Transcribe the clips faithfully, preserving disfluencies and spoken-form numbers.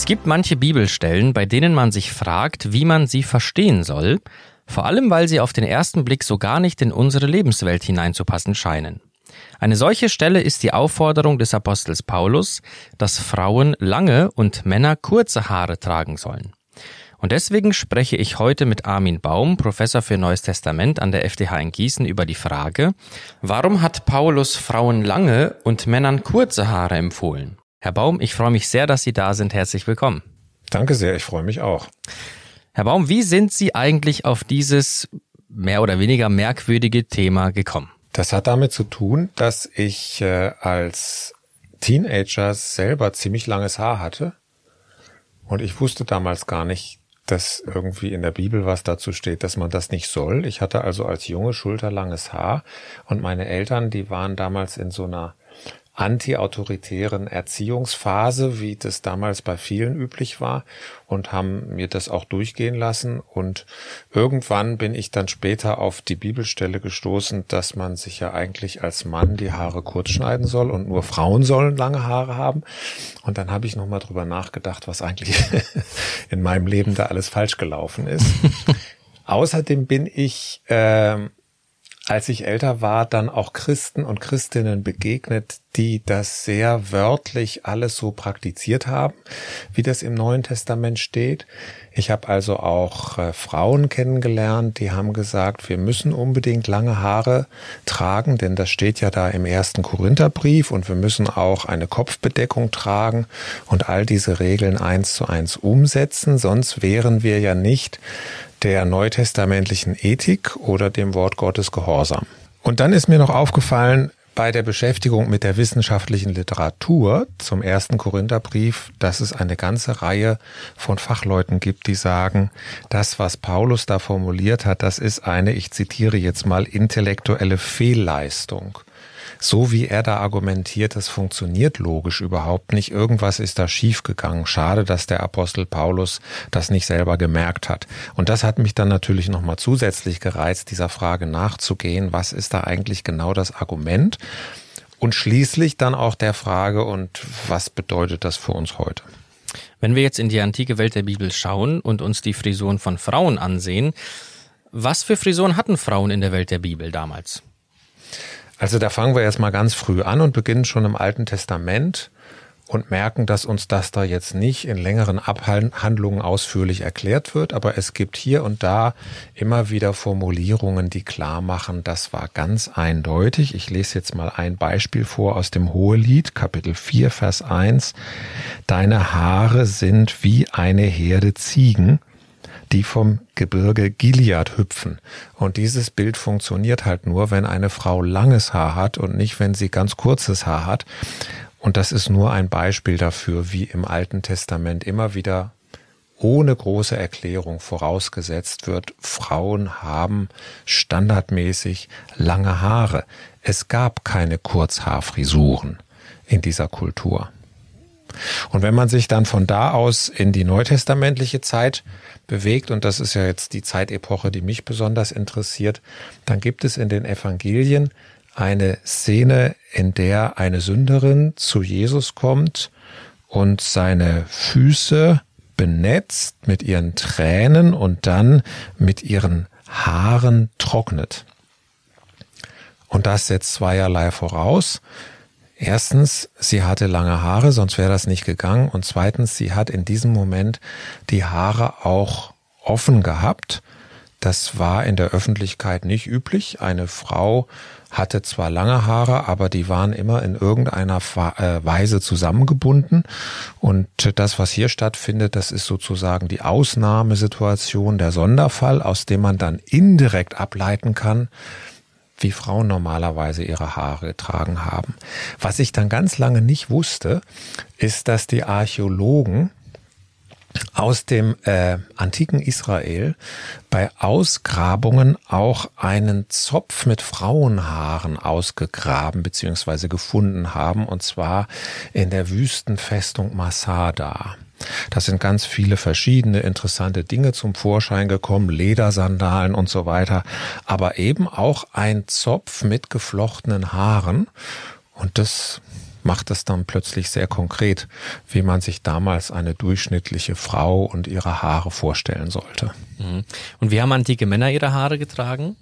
Es gibt manche Bibelstellen, bei denen man sich fragt, wie man sie verstehen soll, vor allem weil sie auf den ersten Blick so gar nicht in unsere Lebenswelt hineinzupassen scheinen. Eine solche Stelle ist die Aufforderung des Apostels Paulus, dass Frauen lange und Männer kurze Haare tragen sollen. Und deswegen spreche ich heute mit Armin Baum, Professor für Neues Testament an der F T H in Gießen, über die Frage, warum hat Paulus Frauen lange und Männern kurze Haare empfohlen? Herr Baum, ich freue mich sehr, dass Sie da sind. Herzlich willkommen. Danke sehr, ich freue mich auch. Herr Baum, wie sind Sie eigentlich auf dieses mehr oder weniger merkwürdige Thema gekommen? Das hat damit zu tun, dass ich äh, als Teenager selber ziemlich langes Haar hatte und ich wusste damals gar nicht, dass irgendwie in der Bibel was dazu steht, dass man das nicht soll. Ich hatte also als Junge schulterlanges Haar und meine Eltern, die waren damals in so einer anti-autoritären Erziehungsphase, wie das damals bei vielen üblich war, und haben mir das auch durchgehen lassen. Und irgendwann bin ich dann später auf die Bibelstelle gestoßen, dass man sich ja eigentlich als Mann die Haare kurz schneiden soll und nur Frauen sollen lange Haare haben. Und dann habe ich nochmal drüber nachgedacht, was eigentlich in meinem Leben da alles falsch gelaufen ist. Außerdem bin ich äh, als ich älter war, dann auch Christen und Christinnen begegnet, die das sehr wörtlich alles so praktiziert haben, wie das im Neuen Testament steht. Ich habe also auch äh, Frauen kennengelernt, die haben gesagt, wir müssen unbedingt lange Haare tragen, denn das steht ja da im ersten Korintherbrief, und wir müssen auch eine Kopfbedeckung tragen und all diese Regeln eins zu eins umsetzen, sonst wären wir ja nicht der neutestamentlichen Ethik oder dem Wort Gottes gehorsam. Und dann ist mir noch aufgefallen, bei der Beschäftigung mit der wissenschaftlichen Literatur zum ersten Korintherbrief, dass es eine ganze Reihe von Fachleuten gibt, die sagen, das, was Paulus da formuliert hat, das ist eine, ich zitiere jetzt mal, intellektuelle Fehlleistung. So wie er da argumentiert, das funktioniert logisch überhaupt nicht. Irgendwas ist da schiefgegangen. Schade, dass der Apostel Paulus das nicht selber gemerkt hat. Und das hat mich dann natürlich nochmal zusätzlich gereizt, dieser Frage nachzugehen, was ist da eigentlich genau das Argument? Und schließlich dann auch der Frage, und was bedeutet das für uns heute? Wenn wir jetzt in die antike Welt der Bibel schauen und uns die Frisuren von Frauen ansehen, was für Frisuren hatten Frauen in der Welt der Bibel damals? Also da fangen wir jetzt mal ganz früh an und beginnen schon im Alten Testament und merken, dass uns das da jetzt nicht in längeren Abhandlungen ausführlich erklärt wird, aber es gibt hier und da immer wieder Formulierungen, die klar machen, das war ganz eindeutig. Ich lese jetzt mal ein Beispiel vor aus dem Hohelied, Kapitel vier, Vers eins. Deine Haare sind wie eine Herde Ziegen, die vom Gebirge Gilead hüpfen. Und dieses Bild funktioniert halt nur, wenn eine Frau langes Haar hat und nicht, wenn sie ganz kurzes Haar hat. Und das ist nur ein Beispiel dafür, wie im Alten Testament immer wieder ohne große Erklärung vorausgesetzt wird, Frauen haben standardmäßig lange Haare. Es gab keine Kurzhaarfrisuren in dieser Kultur. Und wenn man sich dann von da aus in die neutestamentliche Zeit bewegt, und das ist ja jetzt die Zeitepoche, die mich besonders interessiert, dann gibt es in den Evangelien eine Szene, in der eine Sünderin zu Jesus kommt und seine Füße benetzt mit ihren Tränen und dann mit ihren Haaren trocknet. Und das setzt zweierlei voraus. Erstens, sie hatte lange Haare, sonst wäre das nicht gegangen. Und zweitens, sie hat in diesem Moment die Haare auch offen gehabt. Das war in der Öffentlichkeit nicht üblich. Eine Frau hatte zwar lange Haare, aber die waren immer in irgendeiner Weise zusammengebunden. Und das, was hier stattfindet, das ist sozusagen die Ausnahmesituation, der Sonderfall, aus dem man dann indirekt ableiten kann, wie Frauen normalerweise ihre Haare getragen haben. Was ich dann ganz lange nicht wusste, ist, dass die Archäologen aus dem äh, antiken Israel bei Ausgrabungen auch einen Zopf mit Frauenhaaren ausgegraben bzw. gefunden haben, und zwar in der Wüstenfestung Masada. Da sind ganz viele verschiedene interessante Dinge zum Vorschein gekommen, Ledersandalen und so weiter, aber eben auch ein Zopf mit geflochtenen Haaren, und das macht es dann plötzlich sehr konkret, wie man sich damals eine durchschnittliche Frau und ihre Haare vorstellen sollte. Und wie haben antike Männer ihre Haare getragen?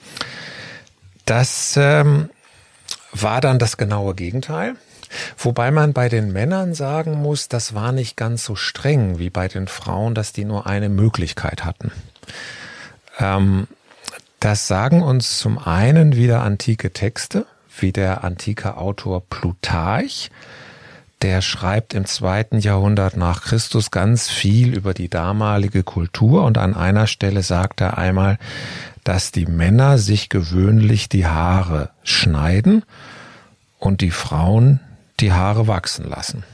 Das ähm, war dann das genaue Gegenteil. Wobei man bei den Männern sagen muss, das war nicht ganz so streng wie bei den Frauen, dass die nur eine Möglichkeit hatten. Ähm, das sagen uns zum einen wieder antike Texte, wie der antike Autor Plutarch. Der schreibt im zweiten Jahrhundert nach Christus ganz viel über die damalige Kultur und an einer Stelle sagt er einmal, dass die Männer sich gewöhnlich die Haare schneiden und die Frauen die Haare wachsen lassen.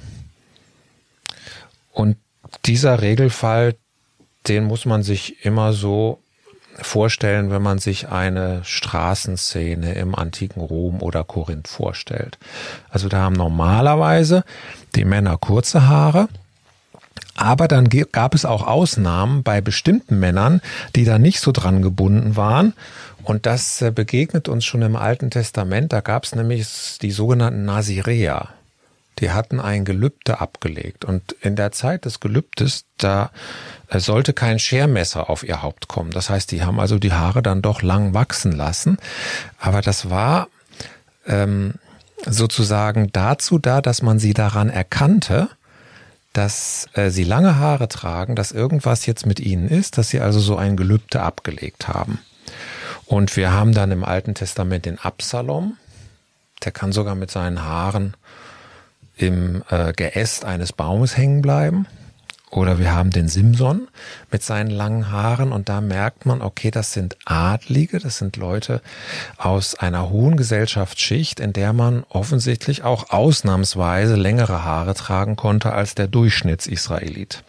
Und dieser Regelfall, den muss man sich immer so vorstellen, wenn man sich eine Straßenszene im antiken Rom oder Korinth vorstellt. Also da haben normalerweise die Männer kurze Haare, aber dann gab es auch Ausnahmen bei bestimmten Männern, die da nicht so dran gebunden waren. Und das begegnet uns schon im Alten Testament. Da gab es nämlich die sogenannten Naziräer. Die hatten ein Gelübde abgelegt. Und in der Zeit des Gelübdes, da sollte kein Schermesser auf ihr Haupt kommen. Das heißt, die haben also die Haare dann doch lang wachsen lassen. Aber das war ähm, sozusagen dazu da, dass man sie daran erkannte, dass äh, sie lange Haare tragen, dass irgendwas jetzt mit ihnen ist, dass sie also so ein Gelübde abgelegt haben. Und wir haben dann im Alten Testament den Absalom, der kann sogar mit seinen Haaren im äh, Geäst eines Baumes hängen bleiben. Oder wir haben den Simson mit seinen langen Haaren und da merkt man, okay, das sind Adlige, das sind Leute aus einer hohen Gesellschaftsschicht, in der man offensichtlich auch ausnahmsweise längere Haare tragen konnte als der Durchschnittsisraelit.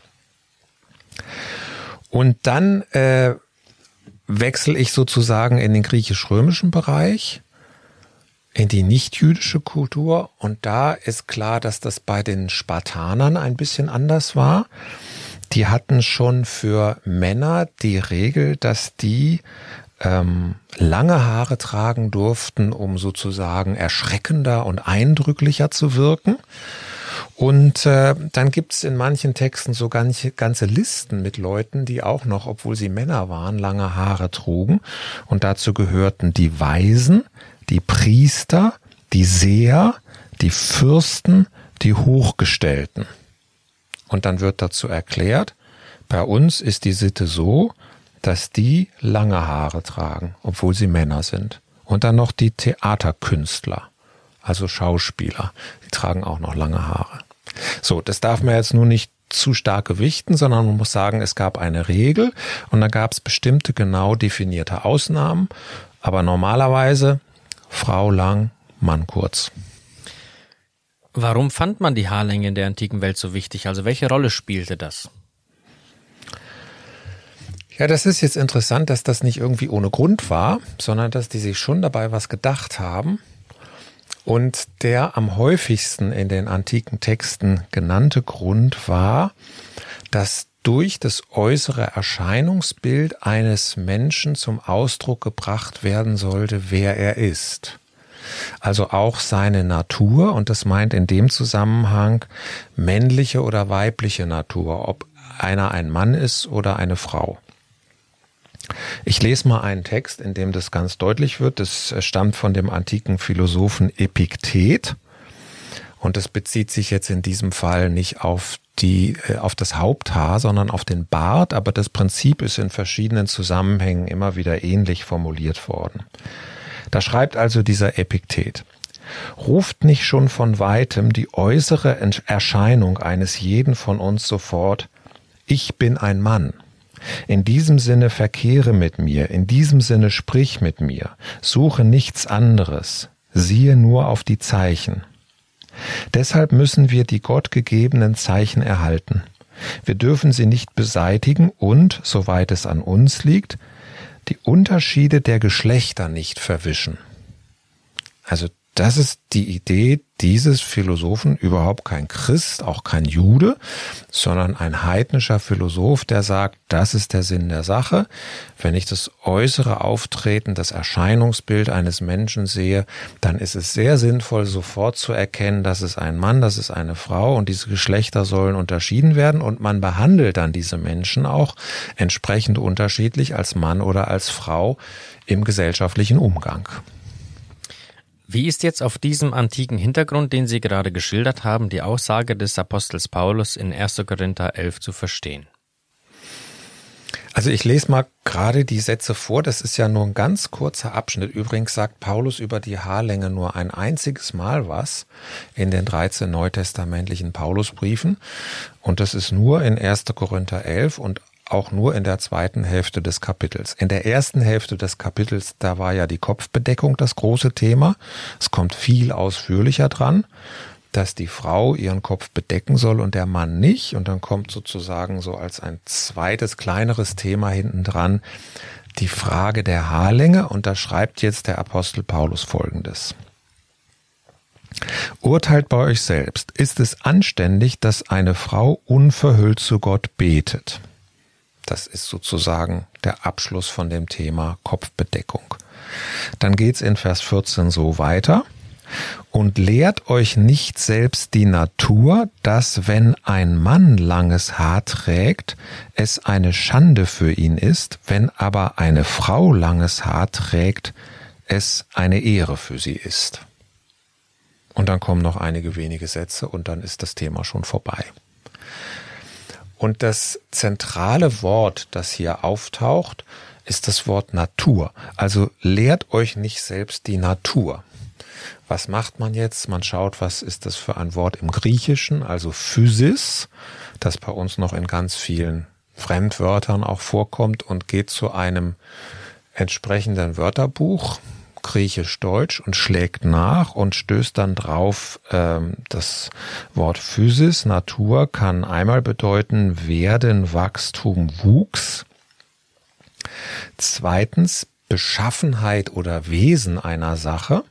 Und dann äh, wechsle ich sozusagen in den griechisch-römischen Bereich, in die nicht-jüdische Kultur und da ist klar, dass das bei den Spartanern ein bisschen anders war. Die hatten schon für Männer die Regel, dass die ähm, lange Haare tragen durften, um sozusagen erschreckender und eindrücklicher zu wirken. Und äh, dann gibt's in manchen Texten so ganze, ganze Listen mit Leuten, die auch noch, obwohl sie Männer waren, lange Haare trugen. Und dazu gehörten die Weisen, die Priester, die Seher, die Fürsten, die Hochgestellten. Und dann wird dazu erklärt, bei uns ist die Sitte so, dass die lange Haare tragen, obwohl sie Männer sind. Und dann noch die Theaterkünstler, also Schauspieler, die tragen auch noch lange Haare. So, das darf man jetzt nur nicht zu stark gewichten, sondern man muss sagen, es gab eine Regel und da gab es bestimmte genau definierte Ausnahmen, aber normalerweise Frau lang, Mann kurz. Warum fand man die Haarlänge in der antiken Welt so wichtig? Also welche Rolle spielte das? Ja, das ist jetzt interessant, dass das nicht irgendwie ohne Grund war, sondern dass die sich schon dabei was gedacht haben. Und der am häufigsten in den antiken Texten genannte Grund war, dass durch das äußere Erscheinungsbild eines Menschen zum Ausdruck gebracht werden sollte, wer er ist. Also auch seine Natur, und das meint in dem Zusammenhang männliche oder weibliche Natur, ob einer ein Mann ist oder eine Frau. Ich lese mal einen Text, in dem das ganz deutlich wird. Das stammt von dem antiken Philosophen Epiktet. Und das bezieht sich jetzt in diesem Fall nicht auf die, auf das Haupthaar, sondern auf den Bart. Aber das Prinzip ist in verschiedenen Zusammenhängen immer wieder ähnlich formuliert worden. Da schreibt also dieser Epiktet: Ruft nicht schon von weitem die äußere Erscheinung eines jeden von uns sofort: Ich bin ein Mann. In diesem Sinne verkehre mit mir, in diesem Sinne sprich mit mir, suche nichts anderes, siehe nur auf die Zeichen. Deshalb müssen wir die gottgegebenen Zeichen erhalten. Wir dürfen sie nicht beseitigen und, soweit es an uns liegt, die Unterschiede der Geschlechter nicht verwischen. Also das ist die Idee dieses Philosophen, überhaupt kein Christ, auch kein Jude, sondern ein heidnischer Philosoph, der sagt, das ist der Sinn der Sache. Wenn ich das äußere Auftreten, das Erscheinungsbild eines Menschen sehe, dann ist es sehr sinnvoll, sofort zu erkennen, das ist ein Mann, das ist eine Frau und diese Geschlechter sollen unterschieden werden und man behandelt dann diese Menschen auch entsprechend unterschiedlich als Mann oder als Frau im gesellschaftlichen Umgang. Wie ist jetzt auf diesem antiken Hintergrund, den Sie gerade geschildert haben, die Aussage des Apostels Paulus in erster Korinther elf zu verstehen? Also ich lese mal gerade die Sätze vor, das ist ja nur ein ganz kurzer Abschnitt. Übrigens sagt Paulus über die Haarlänge nur ein einziges Mal was in den dreizehn neutestamentlichen Paulusbriefen und das ist nur in erster Korinther elf und auch nur in der zweiten Hälfte des Kapitels. In der ersten Hälfte des Kapitels, da war ja die Kopfbedeckung das große Thema. Es kommt viel ausführlicher dran, dass die Frau ihren Kopf bedecken soll und der Mann nicht. Und dann kommt sozusagen so als ein zweites, kleineres Thema hinten dran die Frage der Haarlänge. Und da schreibt jetzt der Apostel Paulus Folgendes. Urteilt bei euch selbst. Ist es anständig, dass eine Frau unverhüllt zu Gott betet? Das ist sozusagen der Abschluss von dem Thema Kopfbedeckung. Dann geht's in Vers vierzehn so weiter. Und lehrt euch nicht selbst die Natur, dass wenn ein Mann langes Haar trägt, es eine Schande für ihn ist, wenn aber eine Frau langes Haar trägt, es eine Ehre für sie ist. Und dann kommen noch einige wenige Sätze und dann ist das Thema schon vorbei. Und das zentrale Wort, das hier auftaucht, ist das Wort Natur. Also lehrt euch nicht selbst die Natur. Was macht man jetzt? Man schaut, was ist das für ein Wort im Griechischen, also Physis, das bei uns noch in ganz vielen Fremdwörtern auch vorkommt und geht zu einem entsprechenden Wörterbuch, Griechisch-Deutsch, und schlägt nach und stößt dann drauf, ähm, das Wort Physis, Natur, kann einmal bedeuten Werden, Wachstum, Wuchs. Zweitens Beschaffenheit oder Wesen einer Sache.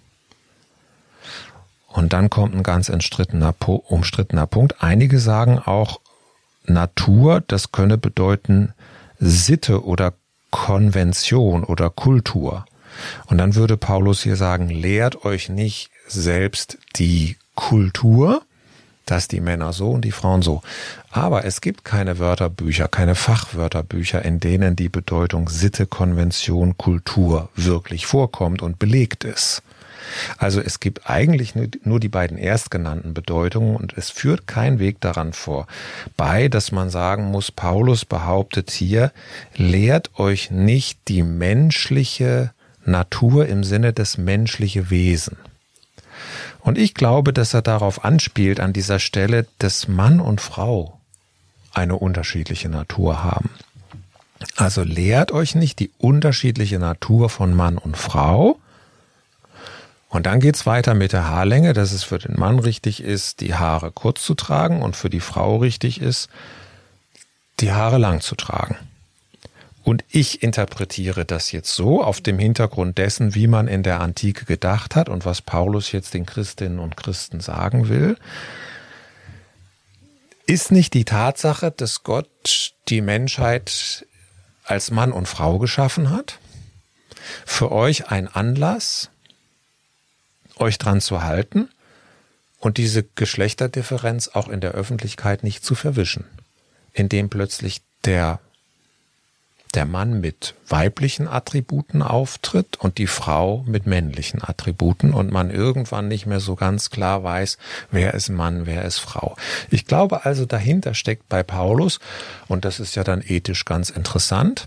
Und dann kommt ein ganz umstrittener, umstrittener Punkt. Einige sagen auch Natur, das könne bedeuten Sitte oder Konvention oder Kultur. Und dann würde Paulus hier sagen, lehrt euch nicht selbst die Kultur, dass die Männer so und die Frauen so. Aber es gibt keine Wörterbücher, keine Fachwörterbücher, in denen die Bedeutung Sitte, Konvention, Kultur wirklich vorkommt und belegt ist. Also es gibt eigentlich nur die beiden erstgenannten Bedeutungen und es führt kein Weg daran vorbei, dass man sagen muss, Paulus behauptet hier, lehrt euch nicht die menschliche Natur im Sinne des menschlichen Wesen. Und ich glaube, dass er darauf anspielt an dieser Stelle, dass Mann und Frau eine unterschiedliche Natur haben. Also lehrt euch nicht die unterschiedliche Natur von Mann und Frau. Und dann geht's weiter mit der Haarlänge, dass es für den Mann richtig ist, die Haare kurz zu tragen und für die Frau richtig ist, die Haare lang zu tragen. Und ich interpretiere das jetzt so auf dem Hintergrund dessen, wie man in der Antike gedacht hat und was Paulus jetzt den Christinnen und Christen sagen will. Ist nicht die Tatsache, dass Gott die Menschheit als Mann und Frau geschaffen hat, für euch ein Anlass, euch dran zu halten und diese Geschlechterdifferenz auch in der Öffentlichkeit nicht zu verwischen, indem plötzlich der der Mann mit weiblichen Attributen auftritt und die Frau mit männlichen Attributen und man irgendwann nicht mehr so ganz klar weiß, wer ist Mann, wer ist Frau. Ich glaube also, dahinter steckt bei Paulus, und das ist ja dann ethisch ganz interessant,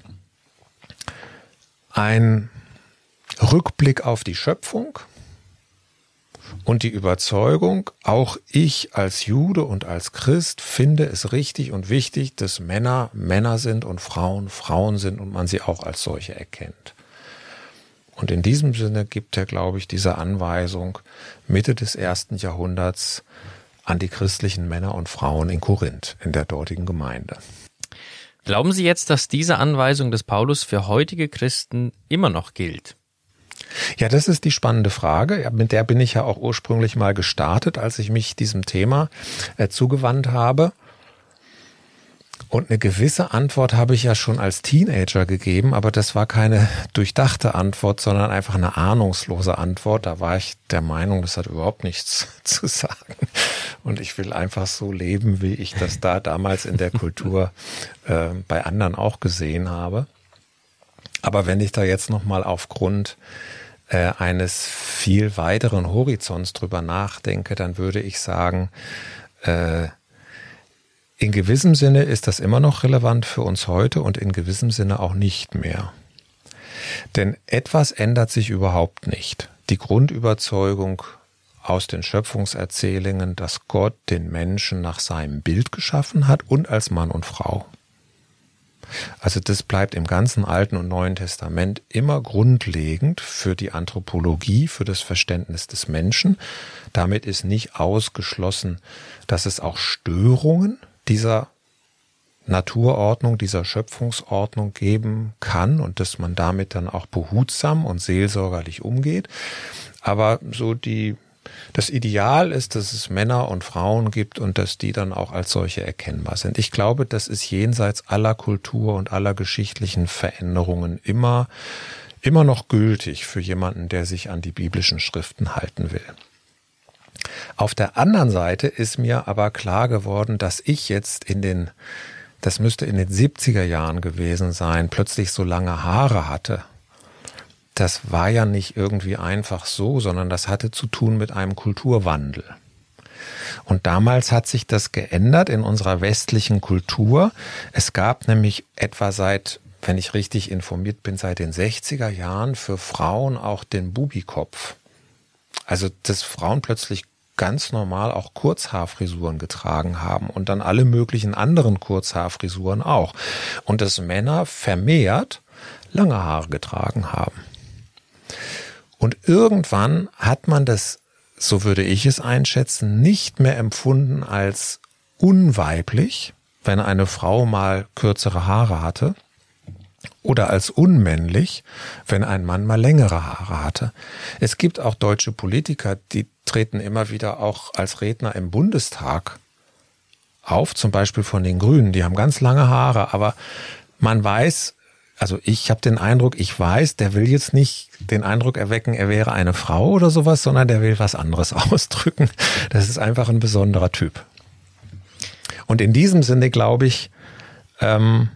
ein Rückblick auf die Schöpfung und die Überzeugung, auch ich als Jude und als Christ finde es richtig und wichtig, dass Männer Männer sind und Frauen Frauen sind und man sie auch als solche erkennt. Und in diesem Sinne gibt er, glaube ich, diese Anweisung Mitte des ersten Jahrhunderts an die christlichen Männer und Frauen in Korinth, in der dortigen Gemeinde. Glauben Sie jetzt, dass diese Anweisung des Paulus für heutige Christen immer noch gilt? Ja, das ist die spannende Frage. Mit der bin ich ja auch ursprünglich mal gestartet, als ich mich diesem Thema äh, zugewandt habe. Und eine gewisse Antwort habe ich ja schon als Teenager gegeben, aber das war keine durchdachte Antwort, sondern einfach eine ahnungslose Antwort. Da war ich der Meinung, das hat überhaupt nichts zu sagen. Und ich will einfach so leben, wie ich das da damals in der Kultur äh, bei anderen auch gesehen habe. Aber wenn ich da jetzt nochmal aufgrund äh, eines viel weiteren Horizonts drüber nachdenke, dann würde ich sagen, äh, in gewissem Sinne ist das immer noch relevant für uns heute und in gewissem Sinne auch nicht mehr. Denn etwas ändert sich überhaupt nicht. Die Grundüberzeugung aus den Schöpfungserzählungen, dass Gott den Menschen nach seinem Bild geschaffen hat und als Mann und Frau. Also das bleibt im ganzen Alten und Neuen Testament immer grundlegend für die Anthropologie, für das Verständnis des Menschen. Damit ist nicht ausgeschlossen, dass es auch Störungen dieser Naturordnung, dieser Schöpfungsordnung geben kann und dass man damit dann auch behutsam und seelsorgerlich umgeht. Aber so die, das Ideal ist, dass es Männer und Frauen gibt und dass die dann auch als solche erkennbar sind. Ich glaube, das ist jenseits aller Kultur und aller geschichtlichen Veränderungen immer, immer noch gültig für jemanden, der sich an die biblischen Schriften halten will. Auf der anderen Seite ist mir aber klar geworden, dass ich jetzt in den, das müsste in den siebziger Jahren gewesen sein, plötzlich so lange Haare hatte. Das war ja nicht irgendwie einfach so, sondern das hatte zu tun mit einem Kulturwandel. Und damals hat sich das geändert in unserer westlichen Kultur. Es gab nämlich etwa seit, wenn ich richtig informiert bin, seit den sechziger Jahren für Frauen auch den Bubikopf. Also, dass Frauen plötzlich ganz normal auch Kurzhaarfrisuren getragen haben und dann alle möglichen anderen Kurzhaarfrisuren auch. Und dass Männer vermehrt lange Haare getragen haben. Und irgendwann hat man das, so würde ich es einschätzen, nicht mehr empfunden als unweiblich, wenn eine Frau mal kürzere Haare hatte, oder als unmännlich, wenn ein Mann mal längere Haare hatte. Es gibt auch deutsche Politiker, die treten immer wieder auch als Redner im Bundestag auf, zum Beispiel von den Grünen. Die haben ganz lange Haare, aber man weiß, also ich habe den Eindruck, ich weiß, der will jetzt nicht den Eindruck erwecken, er wäre eine Frau oder sowas, sondern der will was anderes ausdrücken. Das ist einfach ein besonderer Typ. Und in diesem Sinne, glaube ich, ähm,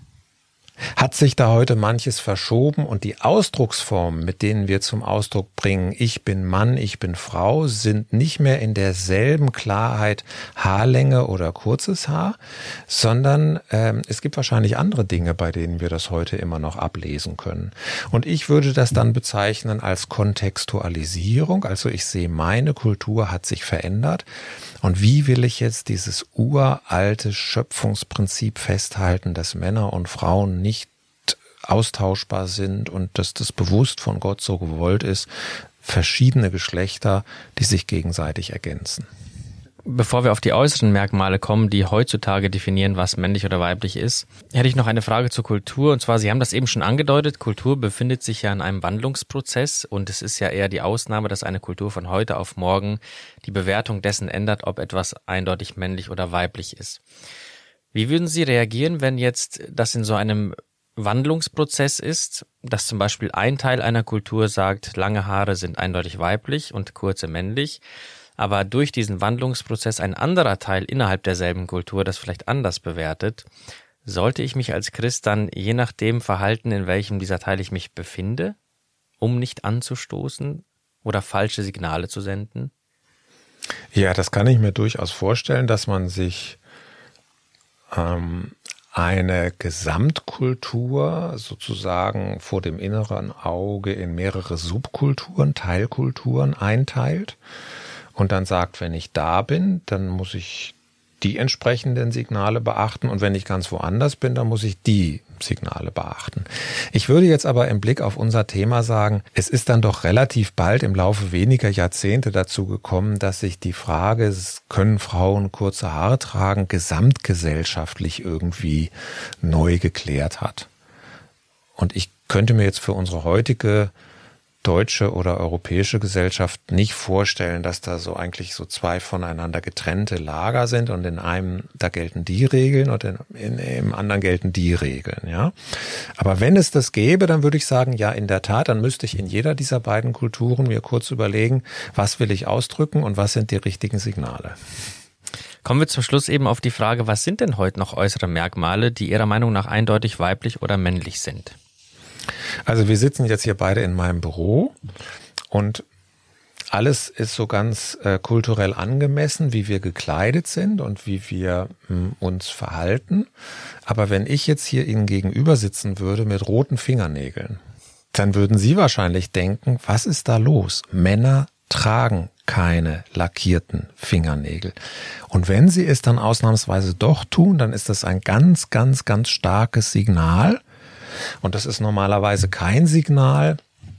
hat sich da heute manches verschoben und die Ausdrucksformen, mit denen wir zum Ausdruck bringen, ich bin Mann, ich bin Frau, sind nicht mehr in derselben Klarheit Haarlänge oder kurzes Haar, sondern ähm, es gibt wahrscheinlich andere Dinge, bei denen wir das heute immer noch ablesen können. Und ich würde das dann bezeichnen als Kontextualisierung, also ich sehe, meine Kultur hat sich verändert. Und wie will ich jetzt dieses uralte Schöpfungsprinzip festhalten, dass Männer und Frauen nicht austauschbar sind und dass das bewusst von Gott so gewollt ist, verschiedene Geschlechter, die sich gegenseitig ergänzen? Bevor wir auf die äußeren Merkmale kommen, die heutzutage definieren, was männlich oder weiblich ist, hätte ich noch eine Frage zur Kultur. Und zwar, Sie haben das eben schon angedeutet, Kultur befindet sich ja in einem Wandlungsprozess und es ist ja eher die Ausnahme, dass eine Kultur von heute auf morgen die Bewertung dessen ändert, ob etwas eindeutig männlich oder weiblich ist. Wie würden Sie reagieren, wenn jetzt das in so einem Wandlungsprozess ist, dass zum Beispiel ein Teil einer Kultur sagt, lange Haare sind eindeutig weiblich und kurze männlich, aber durch diesen Wandlungsprozess ein anderer Teil innerhalb derselben Kultur das vielleicht anders bewertet? Sollte ich mich als Christ dann je nachdem verhalten, in welchem dieser Teil ich mich befinde, um nicht anzustoßen oder falsche Signale zu senden? Ja, das kann ich mir durchaus vorstellen, dass man sich ähm, eine Gesamtkultur sozusagen vor dem inneren Auge in mehrere Subkulturen, Teilkulturen einteilt und dann sagt, wenn ich da bin, dann muss ich die entsprechenden Signale beachten und wenn ich ganz woanders bin, dann muss ich die Signale beachten. Ich würde jetzt aber im Blick auf unser Thema sagen, es ist dann doch relativ bald im Laufe weniger Jahrzehnte dazu gekommen, dass sich die Frage, können Frauen kurze Haare tragen, gesamtgesellschaftlich irgendwie neu geklärt hat. Und ich könnte mir jetzt für unsere heutige deutsche oder europäische Gesellschaft nicht vorstellen, dass da so eigentlich so zwei voneinander getrennte Lager sind und in einem, da gelten die Regeln und in, in, im anderen gelten die Regeln, ja. Aber wenn es das gäbe, dann würde ich sagen, ja, in der Tat, dann müsste ich in jeder dieser beiden Kulturen mir kurz überlegen, was will ich ausdrücken und was sind die richtigen Signale. Kommen wir zum Schluss eben auf die Frage, was sind denn heute noch äußere Merkmale, die Ihrer Meinung nach eindeutig weiblich oder männlich sind? Also wir sitzen jetzt hier beide in meinem Büro und alles ist so ganz äh, kulturell angemessen, wie wir gekleidet sind und wie wir mh, uns verhalten. Aber wenn ich jetzt hier Ihnen gegenüber sitzen würde mit roten Fingernägeln, dann würden Sie wahrscheinlich denken, was ist da los? Männer tragen keine lackierten Fingernägel. Und wenn sie es dann ausnahmsweise doch tun, dann ist das ein ganz, ganz, ganz starkes Signal. Und das ist normalerweise kein Signal,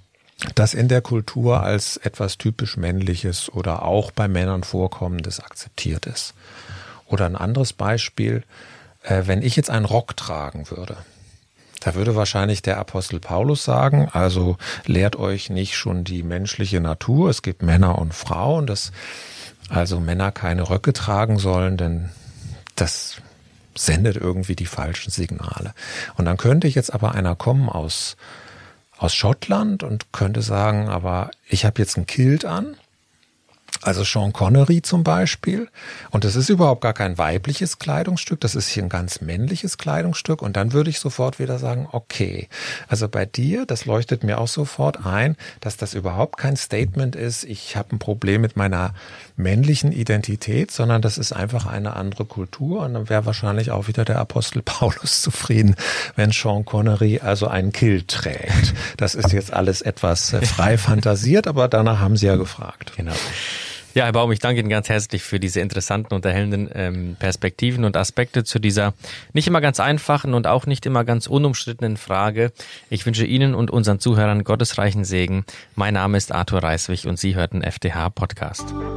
das in der Kultur als etwas typisch Männliches oder auch bei Männern Vorkommendes akzeptiert ist. Oder ein anderes Beispiel, äh, wenn ich jetzt einen Rock tragen würde, da würde wahrscheinlich der Apostel Paulus sagen, also lehrt euch nicht schon die menschliche Natur, es gibt Männer und Frauen, dass also Männer keine Röcke tragen sollen, denn das sendet irgendwie die falschen Signale. Und dann könnte ich jetzt aber einer kommen aus, aus Schottland und könnte sagen, aber ich habe jetzt ein Kilt an, also Sean Connery zum Beispiel. Und das ist überhaupt gar kein weibliches Kleidungsstück, das ist hier ein ganz männliches Kleidungsstück. Und dann würde ich sofort wieder sagen, okay, also bei dir, das leuchtet mir auch sofort ein, dass das überhaupt kein Statement ist, ich habe ein Problem mit meiner männlichen Identität, sondern das ist einfach eine andere Kultur. Und dann wäre wahrscheinlich auch wieder der Apostel Paulus zufrieden, wenn Sean Connery also einen Kilt trägt. Das ist jetzt alles etwas frei fantasiert, aber danach haben Sie ja gefragt. Genau. Ja, Herr Baum, ich danke Ihnen ganz herzlich für diese interessanten und erhellenden ähm, Perspektiven und Aspekte zu dieser nicht immer ganz einfachen und auch nicht immer ganz unumstrittenen Frage. Ich wünsche Ihnen und unseren Zuhörern gottesreichen Segen. Mein Name ist Arthur Reiswig und Sie hörten F D H Podcast.